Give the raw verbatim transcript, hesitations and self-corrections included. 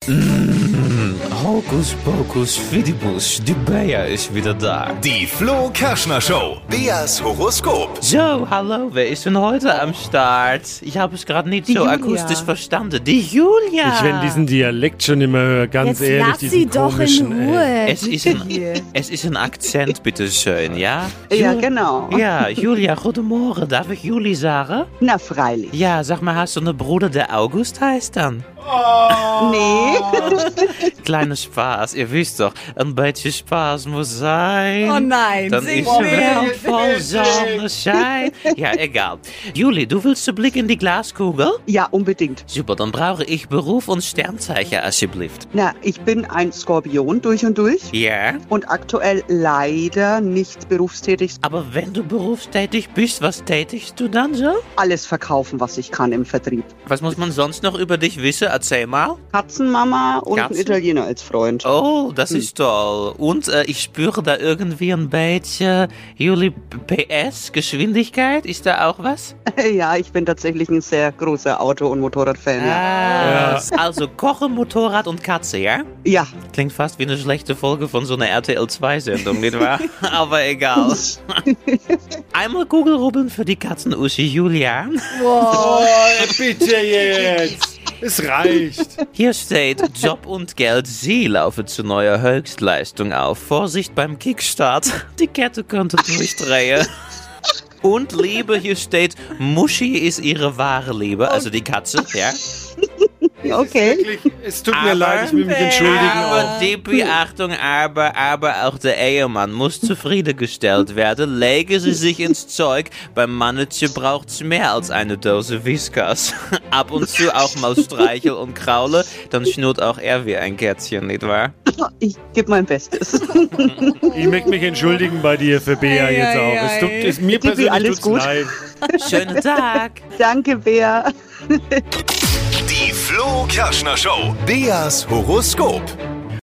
Mmh, Hokus Pokus Fidibus, die Bea ist wieder da. Die Flo Kerschner Show, Beas Horoskop. So, hallo, wer ist denn heute am Start? Ich habe es gerade nicht Die so Julia. akustisch verstanden. Die Julia. Ich, wenn diesen Dialekt schon immer höre, ganz Jetzt ehrlich, lass diesen sie doch komischen, in ey. Ruhe. Es ist, ein, es ist ein Akzent, bitteschön, ja? Ja, Ju- genau. Ja, Julia, goedemorgen. Darf ich Juli sagen? Na, freilich. Ja, sag mal, hast du einen Bruder, der August heißt dann? Nee. Kleiner Spaß, ihr wisst doch, ein bisschen Spaß muss sein. Oh nein, Dann sing ist die mit. Welt voll Sonnenschein. Ja, egal. Juli, du willst den Blick in die Glaskugel? Ja, unbedingt. Super, dann brauche ich Beruf und Sternzeichen, alsjeblieft. Na, ich bin ein Skorpion durch und durch Ja, und aktuell leider nicht berufstätig. aber wenn du berufstätig bist, was tätigst du dann so? Alles verkaufen, was ich kann im Vertrieb. Was muss man sonst noch über dich wissen? Erzähl mal. Katzenmama und Katzen? ein Italiener als Freund. Oh, das ist toll. Und äh, ich spüre da irgendwie ein bisschen, Juli, P S, Geschwindigkeit, ist da auch was? Ja, ich bin tatsächlich ein sehr großer Auto- und Motorradfan. Ja. Ah, also Kochen, Motorrad und Katze, ja? Ja. Klingt fast wie eine schlechte Folge von so einer R T L zwei Sendung, nicht wahr? Aber egal. Einmal Kugelrubbeln für die Katzenuschi Julia. Oh, bitte jetzt. Es reicht. Hier steht, Job und Geld, Sie laufen zu neuer Höchstleistung auf. Vorsicht beim Kickstart, die Kette könnte durchdrehen. Und Liebe, hier steht, Muschi ist ihre wahre Liebe, also die Katze, ja. Okay. Wirklich, es tut mir leid, ich will mich entschuldigen. Aber Auch. Dippi, Achtung, aber, aber auch der Ehemann muss zufriedengestellt werden. Legen Sie sich ins Zeug, beim Mannetje braucht's mehr als eine Dose Whiskas. Ab und zu auch mal Streichel und Kraule, dann schnurrt auch er wie ein Kätzchen, nicht wahr? Ich gebe mein Bestes. Ich möchte mich entschuldigen bei dir für Bea Ei, jetzt ei, auch. Es tut, ei. es, mir Dippi, persönlich alles tut's gut? leid. Schönen Tag. Danke, Bea. Die Flo Kerschner Show, Beas Horoskop.